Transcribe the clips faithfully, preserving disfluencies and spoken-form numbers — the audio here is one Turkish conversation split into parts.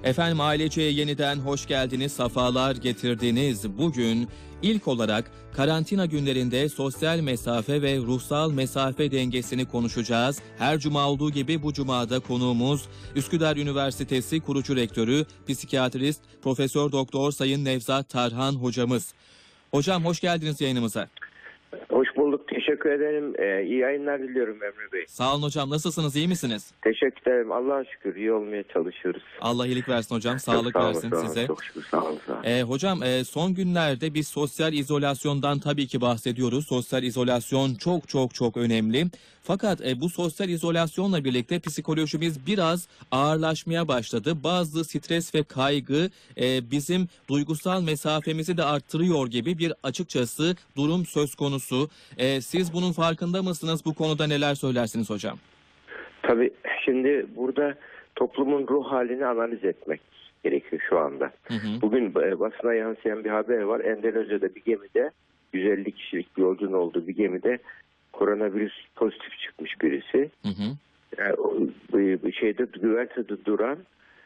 Efendim aileceye yeniden hoş geldiniz, safalar getirdiniz. Bugün ilk olarak karantina günlerinde sosyal mesafe ve ruhsal mesafe dengesini konuşacağız. Her cuma olduğu gibi bu cumada konuğumuz Üsküdar Üniversitesi kurucu rektörü, psikiyatrist, Profesör Doktor Sayın Nevzat Tarhan hocamız. Hocam hoş geldiniz yayınımıza. Hoş bulduk. Teşekkür ederim. Ee, iyi yayınlar diliyorum Emre Bey. Sağ olun hocam. Nasılsınız? İyi misiniz? Teşekkür ederim. Allah'a şükür iyi olmaya çalışıyoruz. Allah iyilik versin hocam. Sağlık çok sağ olun, versin sağ olun, size. Çok şükür. Sağ olun. Sağ olun. Ee, hocam e, son günlerde biz sosyal izolasyondan tabii ki bahsediyoruz. Sosyal izolasyon çok çok çok önemli. Fakat e, bu sosyal izolasyonla birlikte psikolojimiz biraz ağırlaşmaya başladı. Bazı stres ve kaygı e, bizim duygusal mesafemizi de arttırıyor gibi bir açıkçası durum söz konusu. E, siz bunun farkında mısınız? Bu konuda neler söylersiniz hocam? Tabii şimdi burada toplumun ruh halini analiz etmek gerekiyor şu anda. Hı hı. Bugün basına yansıyan bir haber var. Endonezya'da bir gemide yüz elli kişilik bir yolcunun olduğu bir gemide koronavirüs pozitif çıkmış birisi. Hı hı. Yani o, bir şeyde güvertede duran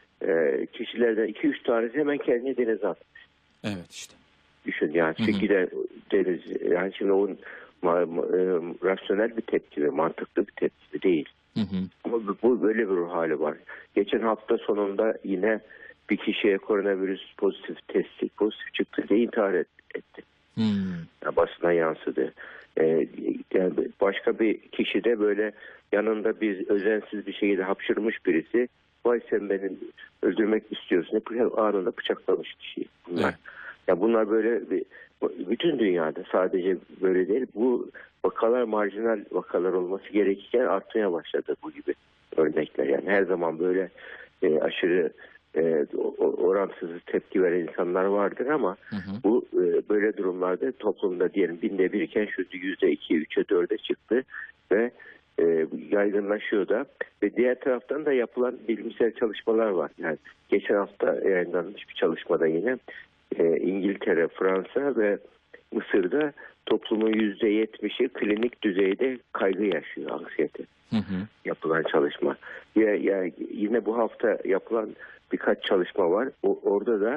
e, kişilerden iki üç tanesi hemen kendini denize atmış. Evet işte. Düşün yani Hı hı. şekilde deniz yani şimdi o ma, ma, e, rasyonel bir tepki ve mantıklı bir tepki değil. Hı hı. Ama bu, bu böyle bir ruh hali var. Geçen hafta sonunda yine bir kişiye koronavirüs pozitif testi pozitif çıktı diye intihar et, etti. Hmm. Yani basına yansıdı. Ee, yani başka bir kişi de böyle yanında bir özensiz bir şekilde hapşırmış birisi. Vay sen beni öldürmek istiyorsun. Anında bıçaklamış kişiyi. Bunlar. Evet. Ya bunlar böyle bir, bütün dünyada sadece böyle değil. Bu vakalar marjinal vakalar olması gerekirken artmaya başladı bu gibi örnekler. Yani her zaman böyle e, aşırı e, oransız tepki veren insanlar vardır ama Hı hı. bu e, böyle durumlarda toplumda diyelim binde bir iken şu yüzde iki, üçe, dörde çıktı ve e, yaygınlaşıyor da ve diğer taraftan da yapılan bilimsel çalışmalar var. Yani geçen hafta yayınlanmış bir çalışmada yine e, İngiltere, Fransa ve Mısır'da toplumun yüzde yetmişi klinik düzeyde kaygı yaşıyor, anksiyete. Hı hı. Yapılan çalışma. Ya, ya yine bu hafta yapılan birkaç çalışma var. O, orada da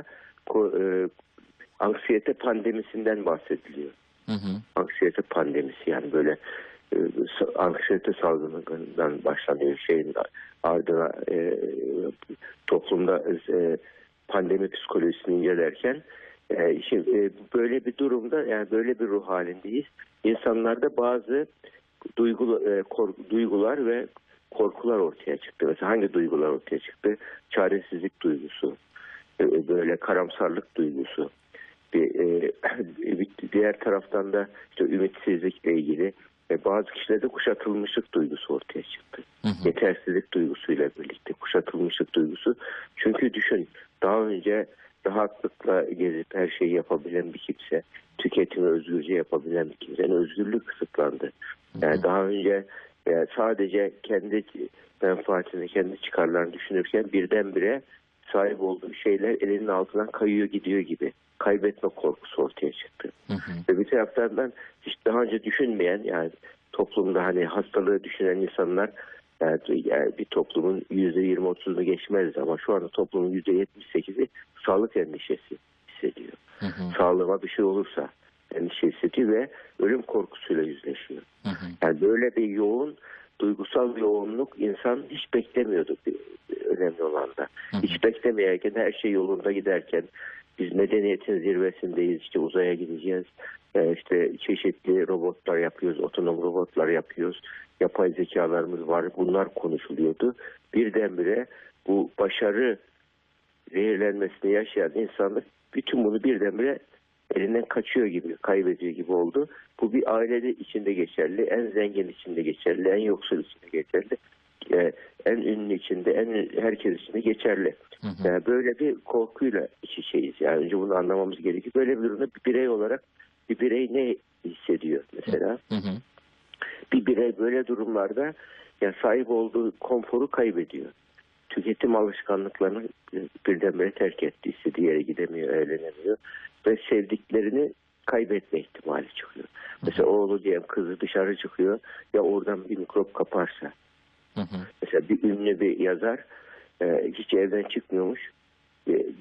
e, anksiyete pandemisinden bahsediliyor. Hı hı. Anksiyete pandemisi yani böyle e, anksiyete salgınından başlanıyor şeyin ardına e, toplumda e, pandemi psikolojisini incelerken e, şimdi e, böyle bir durumda yani böyle bir ruh halindeyiz. İnsanlarda bazı duygu, e, kork, duygular ve korkular ortaya çıktı. Mesela hangi duygular ortaya çıktı? Çaresizlik duygusu, e, böyle karamsarlık duygusu. Bir, e, bir diğer taraftan da işte ümitsizlikle ilgili ve bazı kişilerde kuşatılmışlık duygusu ortaya çıktı. Hı hı. Yetersizlik duygusuyla birlikte kuşatılmışlık duygusu. Çünkü düşün daha önce rahatlıkla gezip her şeyi yapabilen bir kimse, tüketimi özgürce yapabilen bir kimsenin özgürlük kısıtlandı. Yani daha önce e, sadece kendi menfaatini, kendi çıkarlarını düşünürken birdenbire sahip olduğu şeyler elinin altından kayıyor gidiyor gibi. Kaybetme korkusu ortaya çıktı. Hı hı. Ve bir taraftan hiç daha önce düşünmeyen yani toplumda hani hastalığı düşünen insanlar yani, yani bir toplumun yüzde yirmi otuzunu geçmez ama şu anda toplumun yüzde yetmiş sekizi sağlık endişesi hissediyor. Hı hı. Sağlığıma bir şey olursa endişe hissediyor ve ölüm korkusuyla yüzleşiyor. Hı hı. Yani böyle bir yoğun duygusal bir yoğunluk insan hiç beklemiyordu bir, bir önemli olan da. Hı hı. Hiç beklemeyerken her şey yolunda giderken biz medeniyetin zirvesindeyiz işte uzaya gideceğiz ee, işte çeşitli robotlar yapıyoruz, otonom robotlar yapıyoruz, yapay zekalarımız var, bunlar konuşuluyordu. Birdenbire bu başarı zehirlenmesini yaşayan insanlık bütün bunu birdenbire elinden kaçıyor gibi, kaybediyor gibi oldu. Bu bir ailede içinde geçerli, en zengin içinde geçerli, en yoksul içinde geçerli, e, en ünlü içinde, en herkes içinde geçerli. Hı hı. Yani böyle bir korkuyla iç içeyiz. Yani önce bunu anlamamız gerekiyor. Böyle bir durumda bir birey olarak bir birey ne hissediyor mesela? Hı hı. Bir birey böyle durumlarda yani sahip olduğu konforu kaybediyor. Tüketim alışkanlıklarını birdenbire terk etti. İstediği yere gidemiyor, eğlenemiyor. Ve sevdiklerini kaybetme ihtimali çıkıyor. Mesela oğlu diyelim kızı dışarı çıkıyor ya oradan bir mikrop kaparsa. Hı hı. Mesela bir ünlü bir yazar e, hiç evden çıkmıyormuş.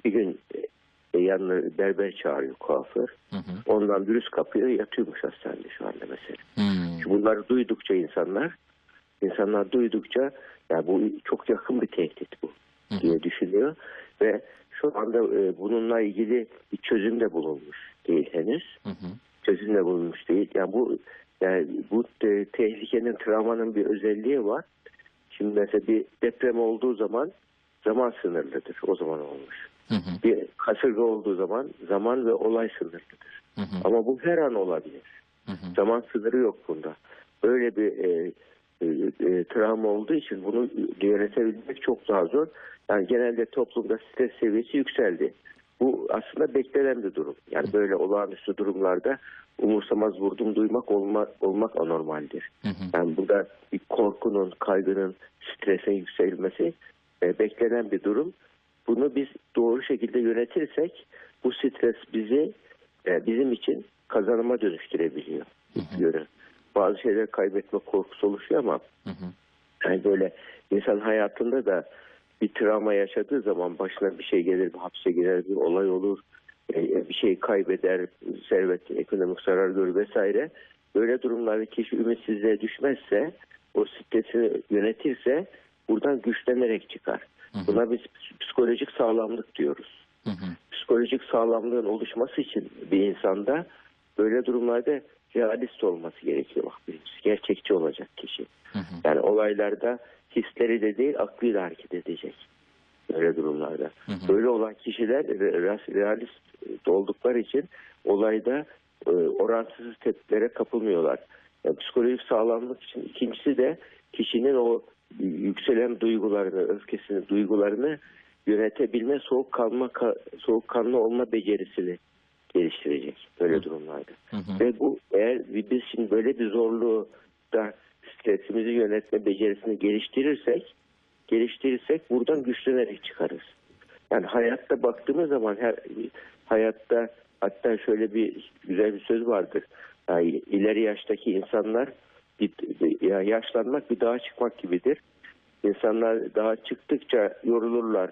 Bir gün e, yanına berber çağırıyor, kuaför. Hı hı. Ondan virüs kapıyor, yatıyormuş hastanede şu anda mesela. Hı. Bunları duydukça insanlar, insanlar duydukça ya bu çok yakın bir tehdit bu hı hı. diye düşünüyor ve şu anda e, bununla ilgili bir çözüm de bulunmuş değil henüz. Hı hı. Çözüm de bulunmuş değil. Yani bu yani bu te- tehlikenin, travmanın bir özelliği var. Şimdi mesela bir deprem olduğu zaman zaman sınırlıdır. O zaman olmuş. Hı hı. Bir kasırga olduğu zaman zaman ve olay sınırlıdır. Hı hı. Ama bu her an olabilir. Hı hı. Zaman sınırı yok bunda. Böyle bir e, e, e, travma olduğu için bunu yönetebilmek çok daha zor. Yani genelde toplumda stres seviyesi yükseldi. Bu aslında beklenen bir durum. Yani böyle olağanüstü durumlarda umursamaz vurdum duymak olma, olmak anormaldir. Hı hı. Yani burada bir korkunun, kaygının, stresin yükselmesi e, beklenen bir durum. Bunu biz doğru şekilde yönetirsek bu stres bizi e, bizim için kazanıma dönüştürebiliyor. Hı hı. Bazı şeyler kaybetme korkusu oluşuyor ama hı hı. yani böyle insan hayatında da bir travma yaşadığı zaman başına bir şey gelir, bir hapse girer, bir olay olur, bir şey kaybeder, servet, ekonomik zarar görür vesaire. Böyle durumlarda kişi ümitsizliğe düşmezse, o stresini yönetirse buradan güçlenerek çıkar. Hı hı. Buna biz psikolojik sağlamlık diyoruz. Hı hı. Psikolojik sağlamlığın oluşması için bir insanda böyle durumlarda realist olması gerekiyor. Bak, gerçekçi olacak kişi. Hı hı. Yani olaylarda hisleri de değil, aklıyla hareket edecek. Böyle durumlarda. Hı hı. Böyle olan kişiler realist oldukları için olayda e, orantısız tepkilere kapılmıyorlar. Yani psikolojik sağlamlık için ikincisi de kişinin o yükselen duygularını, öfkesini, duygularını yönetebilme, soğukkanlı soğukkanlı olma becerisini geliştirecek böyle durumlarda. Hı hı. Ve bu eğer biz şimdi böyle bir zorluğu da stresimizi yönetme becerisini geliştirirsek geliştirirsek buradan güçlenerek çıkarız. Yani hayatta baktığımız zaman her hayatta hatta şöyle bir güzel bir söz vardır. Yani ileri yaştaki insanlar bir, ya yaşlanmak bir dağa çıkmak gibidir. İnsanlar dağa çıktıkça yorulurlar.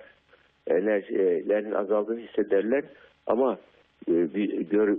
Enerjilerin azaldığını hissederler ama bir gör,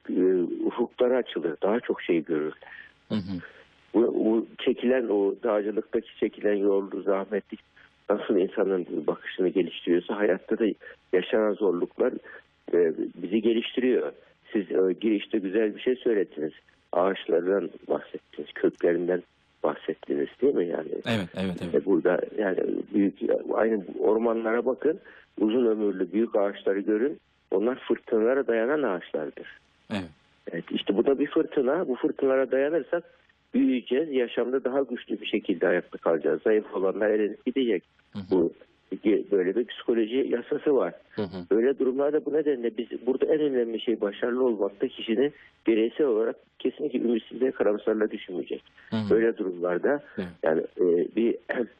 ufukları açılır. Daha çok şey görürler. Hı hı. Bu, bu çekilen o dağcılıktaki çekilen yol, zahmetlik nasıl insanın bakışını geliştiriyorsa hayatta da yaşanan zorluklar e, bizi geliştiriyor. Siz e, girişte güzel bir şey söylediniz. Ağaçlardan bahsettiniz, köklerinden bahsettiniz değil mi yani? Evet, evet, evet. E, burada yani büyük aynı ormanlara bakın, uzun ömürlü büyük ağaçları görün. Onlar fırtınalara dayanan ağaçlardır. Evet. Evet, işte bu da bir fırtına. Bu fırtınalara dayanırsak büyüyeceğiz. Yaşamda daha güçlü bir şekilde ayakta kalacağız. Zayıf olanlar elenip gidecek. Hı hı. Bu böyle bir psikoloji yasası var. Hı hı. Böyle durumlarda bu nedenle biz burada en önemli şey başarılı olmakta kişinin bireysel olarak kesinlikle ümitsizliğe, karamsarlığa düşmeyecek. Hı hı. Böyle durumlarda hı. yani e, bir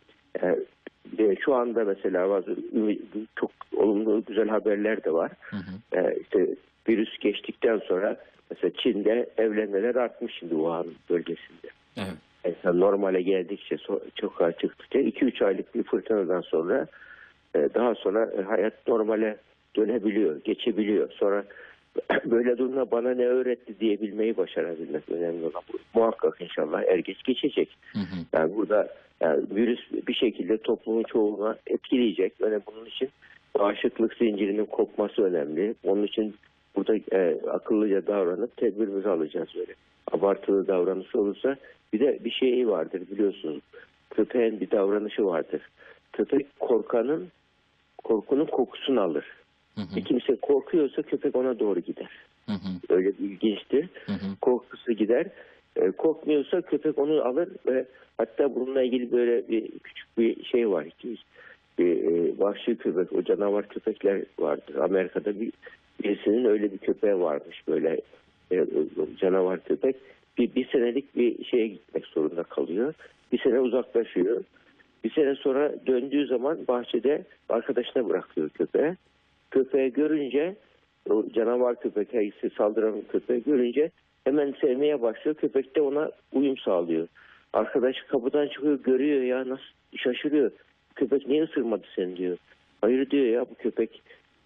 e, şu anda mesela bazı çok olumlu güzel haberler de var. Hı hı. E, işte virüs geçtikten sonra mesela Çin'de evlenmeler artmış şimdi Wuhan bölgesinde. Evet. Mesela normale geldikçe, çok çıktıkça iki üç aylık bir fırtınadan sonra daha sonra hayat normale dönebiliyor, geçebiliyor. Sonra böyle durumda bana ne öğretti diyebilmeyi başarabilmek önemli olan bu. Muhakkak inşallah er geç geçecek. Hı hı. Yani burada yani virüs bir şekilde toplumun çoğuna etkileyecek. Yani bunun için bağışıklık zincirinin kopması önemli. Onun için burada e, akıllıca davranıp tedbirimizi alacağız böyle. Abartılı davranış olursa bir de bir şey vardır biliyorsunuz. Köpeğin bir davranışı vardır. Köpek korkanın korkunun kokusunu alır. Hı hı. Bir kimse korkuyorsa köpek ona doğru gider. Hı hı. Öyle bir ilginçtir. Hı hı. Korkusu gider. E, korkmuyorsa köpek onu alır ve hatta bununla ilgili böyle bir küçük bir şey var. Bir e, vahşi köpek, o canavar köpekler vardır. Amerika'da bir birisinin öyle bir köpeği varmış böyle e, canavar köpek. Bir, bir senelik bir şeye gitmek zorunda kalıyor. Bir sene uzaklaşıyor. Bir sene sonra döndüğü zaman bahçede arkadaşına bırakıyor köpeği. Köpeği görünce, o canavar köpek, hangisi saldıran köpeği görünce hemen sevmeye başlıyor. Köpek de ona uyum sağlıyor. Arkadaş kapıdan çıkıyor, görüyor ya, nasıl şaşırıyor. Köpek niye ısırmadı seni diyor. Hayır diyor ya, bu köpek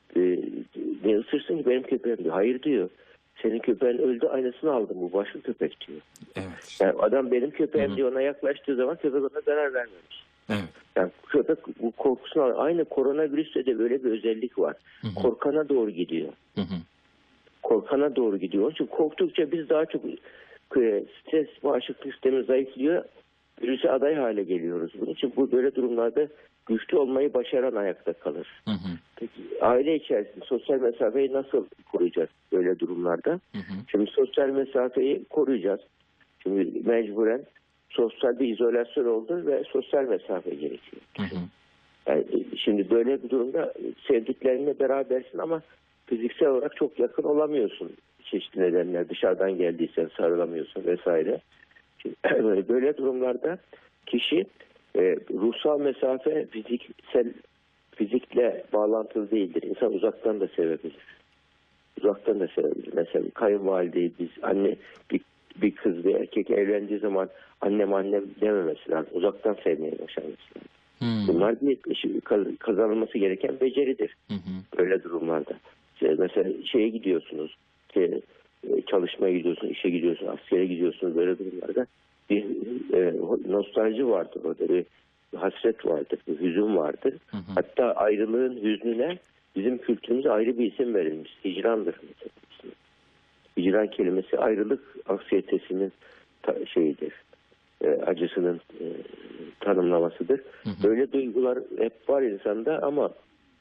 e, ne ısırsın ki benim köpeğim diyor. Hayır diyor. Senin köpeğin öldü, aynısını aldım, bu başka köpek diyor. Evet. Yani adam benim köpeğim Hı hı. diyor, ona yaklaştığı zaman köpek ona zarar vermemiş. Evet. Yani köpek bu korkusunu alıyor. Aynı koronavirüste de böyle bir özellik var. Hı hı. Korkana doğru gidiyor. Hı hı. Korkana doğru gidiyor. Onun için korktukça biz daha çok e, stres bağışıklık sistemi zayıflıyor. Virüse aday hale geliyoruz. Bunun için bu böyle durumlarda güçlü olmayı başaran ayakta kalır. Hı hı. Peki aile içerisinde sosyal mesafeyi nasıl koruyacağız böyle durumlarda? Hı hı. Şimdi sosyal mesafeyi koruyacağız. Şimdi mecburen sosyal bir izolasyon oldu ve sosyal mesafe gerekiyor. Hı hı. Yani şimdi böyle bir durumda sevdiklerinle berabersin ama fiziksel olarak çok yakın olamıyorsun. Çeşitli nedenler, dışarıdan geldiysen sarılamıyorsun vesaire. Şimdi böyle durumlarda kişi e, ruhsal mesafe fiziksel fizikle bağlantılı değildir. İnsan uzaktan da sevebilir. Uzaktan da sevebilir. Mesela kayınvalideyi biz anne bir, bir kız bir erkek evlendiği zaman annem annem dememesi lazım. Uzaktan sevmeye başlaması lazım. Hmm. Bunlar bir kazanılması gereken beceridir. Hı hı. Böyle durumlarda. İşte mesela şeye gidiyorsunuz, işte çalışmaya gidiyorsunuz, işe gidiyorsunuz, askere gidiyorsunuz, böyle durumlarda bir e, nostalji vardır orada, bir hasret vardır, bir hüzün vardır. Hı hı. Hatta ayrılığın hüznüne bizim kültürümüze ayrı bir isim verilmiş. Hicrandır mesela. Hicran kelimesi ayrılık anksiyetesinin ta- şeyidir. E, acısının e, tanımlamasıdır. Hı hı. Böyle duygular hep var insanda ama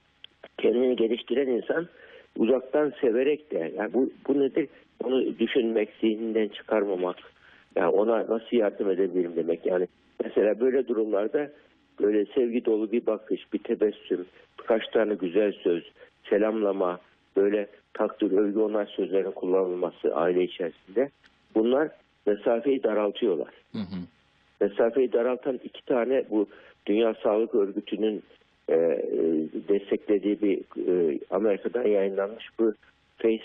kendini geliştiren insan uzaktan severek de, yani bu, bu nedir? Onu düşünmek, zihninden çıkarmamak, yani ona nasıl yardım edebilirim demek. Yani mesela böyle durumlarda böyle sevgi dolu bir bakış, bir tebessüm, birkaç tane güzel söz, selamlama, böyle takdir, övgü, onay sözlerinin kullanılması aile içerisinde, bunlar mesafeyi daraltıyorlar. Hı hı. Mesafeyi daraltan iki tane bu Dünya Sağlık Örgütü'nün e, desteklediği bir e, Amerika'dan yayınlanmış bu Face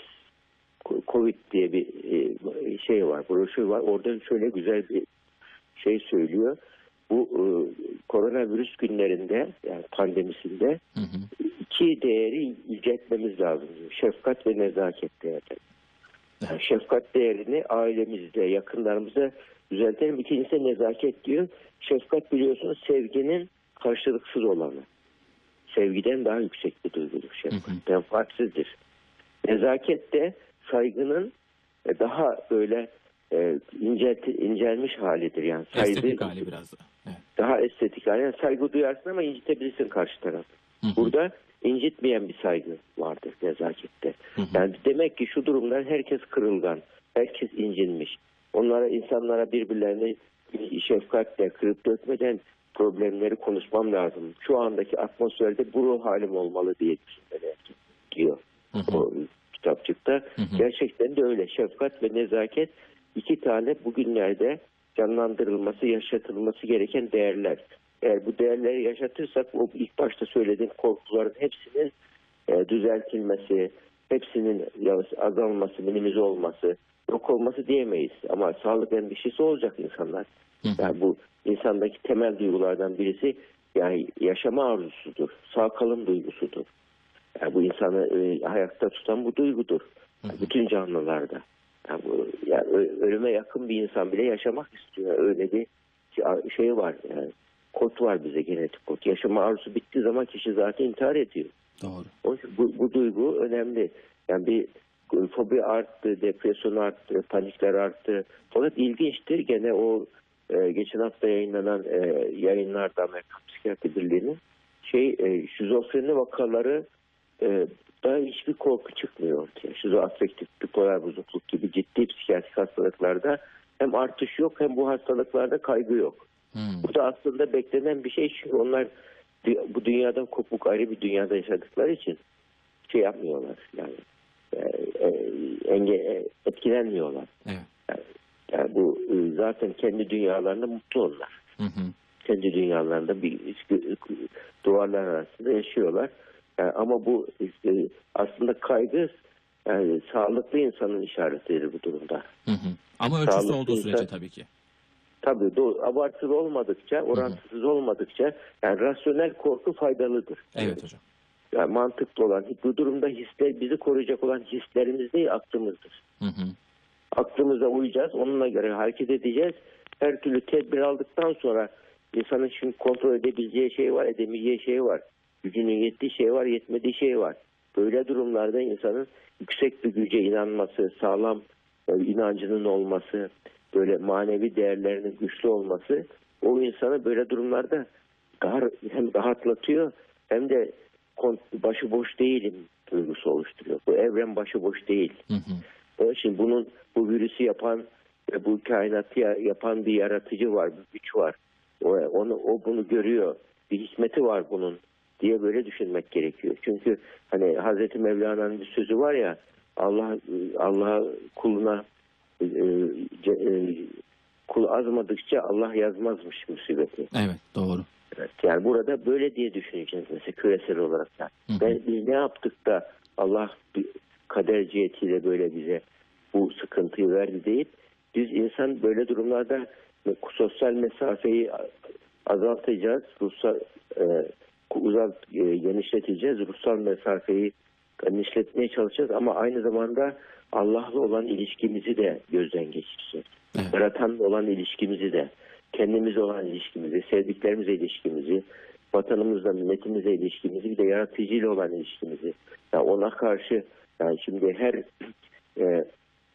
Covid diye bir e, şey var, broşür var. Orada şöyle güzel bir şey söylüyor. Bu e, koronavirüs günlerinde, yani pandemisinde, Hı hı. iki değeri yüceltmemiz lazım. Şefkat ve nezaket değerleri. Yani şefkat değerini ailemizde, yakınlarımızda düzeltelim. İkincisi nezaket diyor. Şefkat biliyorsunuz sevginin karşılıksız olanı. Sevgiden daha yüksek bir duygudur şefkat. Menfaatsizdir. Nezaket de saygının daha böyle e, incelt, incelmiş halidir. Yani saygı, Estetik hali biraz da. Evet. daha estetik hali. Yani saygı duyarsın ama incitebilirsin karşı tarafı. Hı hı. Burada incitmeyen bir saygı vardır nezakette. Hı hı. Yani demek ki şu durumda herkes kırılgan, herkes incinmiş. Onlara, insanlara birbirlerini şefkatle kırıp dökmeden problemleri konuşmam lazım. Şu andaki atmosferde bu ruh halim olmalı diye düşünmeler diyor Hı hı. o kitapçıkta. Hı hı. Gerçekten de öyle. Şefkat ve nezaket iki tane bugünlerde canlandırılması, yaşatılması gereken değerler. Eğer bu değerleri yaşatırsak o ilk başta söylediğim korkuların hepsinin e, düzeltilmesi, hepsinin azalması, minimize olması, yok olması diyemeyiz. Ama sağlık endişesi olacak insanlar. Hı hı. Yani bu insandaki temel duygulardan birisi yani yaşama arzusudur, sağ kalım duygusudur. Yani bu insanı e, hayatta tutan bu duygudur. Hı hı. Bütün canlılarda. Yani bu, yani ölüme yakın bir insan bile yaşamak istiyor. Öyle bir şey var. Yani kod var bize, genetik kod. Yaşama arzusu bittiği zaman kişi zaten intihar ediyor. Doğru. Onun için bu, bu duygu önemli. Yani bir fobi arttı, depresyon arttı, panikler arttı. Fakat ilginçtir gene o e, geçen hafta yayınlanan e, yayınlarda Amerikan Psikiyatri Birliği'nin şey e, şizofreni vakaları e, da hiçbir korku çıkmıyor ortaya. Şizoafektif bipolar bozukluk gibi ciddi psikiyatrik hastalıklarda hem artış yok hem bu hastalıklarda kaygı yok. Hı. Bu da aslında beklenen bir şey, çünkü onlar bu dünyadan kopuk ayrı bir dünyada yaşadıkları için şey yapmıyorlar yani e, e, enge, e, etkilenmiyorlar. Evet. Yani, yani bu e, zaten kendi dünyalarında mutlu onlar. Hı hı. Kendi dünyalarında bir duvarlar arasında yaşıyorlar. Yani ama bu işte, aslında kaygı yani sağlıklı insanın işaretidir bu durumda. Hı hı. Ama ölçüsü Sağlıklı olduğu sürece insan- tabii ki. Tabii do- abartılı olmadıkça, orantısız olmadıkça yani rasyonel korku faydalıdır. Evet hocam. Yani mantıklı olan, bu durumda hisler, bizi koruyacak olan hislerimiz değil, aklımızdır. Hı hı. Aklımıza uyacağız, onunla göre hareket edeceğiz. Her türlü tedbir aldıktan sonra insanın şimdi kontrol edebileceği şey var, edemeyeceği şey var. Gücünün yettiği şey var, yetmediği şey var. Böyle durumlarda insanın yüksek bir güce inanması, sağlam e, inancının olması, böyle manevi değerlerinin güçlü olması o insanı böyle durumlarda daha, hem rahatlatıyor hem de başıboş değilim duygusu oluşturuyor. Bu evren başıboş değil. Hı hı. Onun için bunun, bu virüsü yapan ve bu kainatı yapan bir yaratıcı var, bir güç var. O, onu, o bunu görüyor. Bir hikmeti var bunun diye böyle düşünmek gerekiyor. Çünkü hani Hazreti Mevlana'nın bir sözü var ya, Allah Allah kuluna e, e, kul azmadıkça Allah yazmazmış musibeti. Evet, doğru. Evet, yani burada böyle diye düşüneceğiz mesela küresel olarak. Yani. Hı hı. Ben, biz ne yaptık da Allah bir kader cihetiyle böyle bize bu sıkıntıyı verdi deyip biz insan böyle durumlarda sosyal mesafeyi azaltacağız, ruhsal e, uzalt, e, genişleteceğiz, ruhsal mesafeyi genişletmeye çalışacağız ama aynı zamanda Allah'la olan ilişkimizi de gözden geçireceğiz. Evet. Yaratanla olan ilişkimizi de, kendimizle olan ilişkimizi, sevdiklerimizle ilişkimizi, vatanımızla, milletimizle ilişkimizi, bir de yaratıcıyla olan ilişkimizi. Yani ona karşı, yani şimdi her e,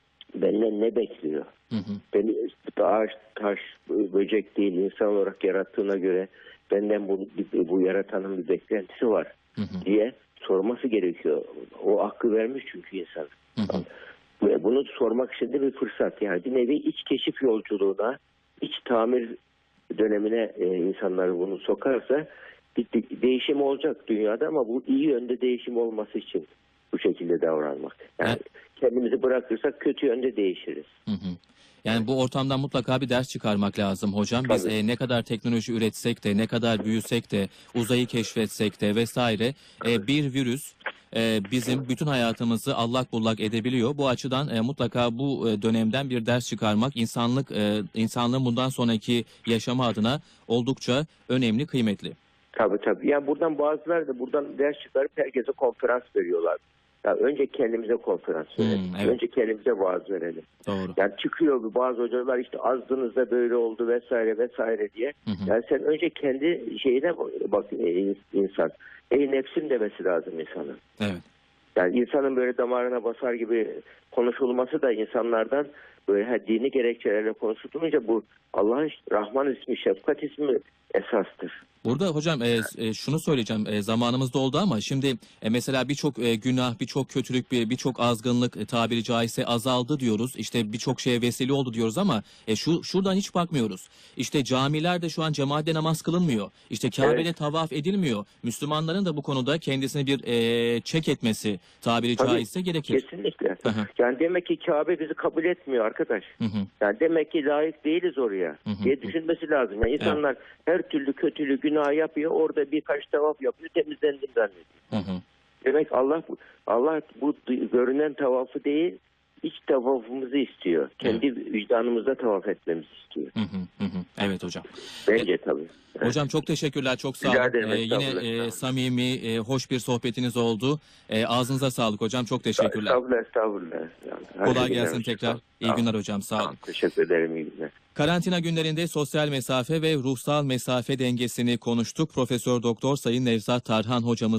benden ne bekliyor? Hı hı. Beni ağaç, taş, böcek değil, insan olarak yarattığına göre benden bu, bu yaratanın bir beklentisi var Hı hı. diye sorması gerekiyor. O hakkı vermiş çünkü insan. Hı hı. Ve bunu sormak için de bir fırsat. Yani bir nevi iç keşif yolculuğuna, iç tamir dönemine e, insanları bunu sokarsa bir de- değişim olacak dünyada ama bu iyi yönde değişim olması için bu şekilde davranmak. Yani Evet. kendimizi bırakırsak kötü yönde değişiriz. Hı hı. Yani bu ortamdan mutlaka bir ders çıkarmak lazım hocam. Biz Tabii. e, ne kadar teknoloji üretsek de, ne kadar büyüsek de, uzayı keşfetsek de vesaire e, bir virüs e, bizim bütün hayatımızı allak bullak edebiliyor. Bu açıdan e, mutlaka bu e, dönemden bir ders çıkarmak insanlık e, insanlığın bundan sonraki yaşamı adına oldukça önemli, kıymetli. Tabii tabii. Yani buradan bazıları da buradan ders çıkarıp herkese konferans veriyorlar. Ya önce kendimize konferans verelim. Hmm, evet. Önce kendimize vaaz verelim. Doğru. Yani çıkıyor bazı hocalar işte azdığınızda böyle oldu vesaire vesaire diye. Hı hı. Yani sen önce kendi şeyine bak e, insan. Ey nefsim demesi lazım insanın. Evet. Yani insanın böyle damarına basar gibi konuşulması da insanlardan böyle ha, dini gerekçelerle konuşulunca bu Allah'ın Rahman ismi, şefkat ismi esastır. Burada hocam e, e, şunu söyleyeceğim, e, zamanımız doldu ama şimdi e, mesela birçok e, günah, birçok kötülük, bir- birçok azgınlık e, tabiri caizse azaldı diyoruz. İşte birçok şeye vesile oldu diyoruz ama e, şu şuradan hiç bakmıyoruz. İşte camilerde şu an cemaatle namaz kılınmıyor. İşte Kabe'de Evet. tavaf edilmiyor. Müslümanların da bu konuda kendisini bir e, çek etmesi tabiri Tabii, caizse gerekir. Kesinlikle. Hı hı. Yani demek ki Kabe bizi kabul etmiyor arkadaş. Hı hı. Yani demek ki layık değiliz oraya Hı hı. diye düşünmesi lazım. Yani insanlar her türlü kötülüğü, günah yapıyor. Orada birkaç tavaf yapıyor. Temizlendiğini zannediyor. Hı hı. Demek Allah Allah bu görünen tavafı değil, iç tavafımızı istiyor. Kendi vicdanımızda tavaf etmemizi istiyor. Hı hı. Hı hı. Evet hocam. Bence tabii. Evet. Hocam çok teşekkürler, çok sağ Rica olun. ederim, Ee, yine estağfurullah, e, estağfurullah. samimi, e, hoş bir sohbetiniz oldu. E, ağzınıza sağlık hocam, çok teşekkürler. Estağfurullah, estağfurullah. Yani, Kolay herkese gelsin hoşça tekrar. kal. İyi Sağ ol. günler hocam, sağ olun. Tamam, teşekkür ederim, iyi günler. Karantina günlerinde sosyal mesafe ve ruhsal mesafe dengesini konuştuk. Profesör Doktor Sayın Nevzat Tarhan hocamız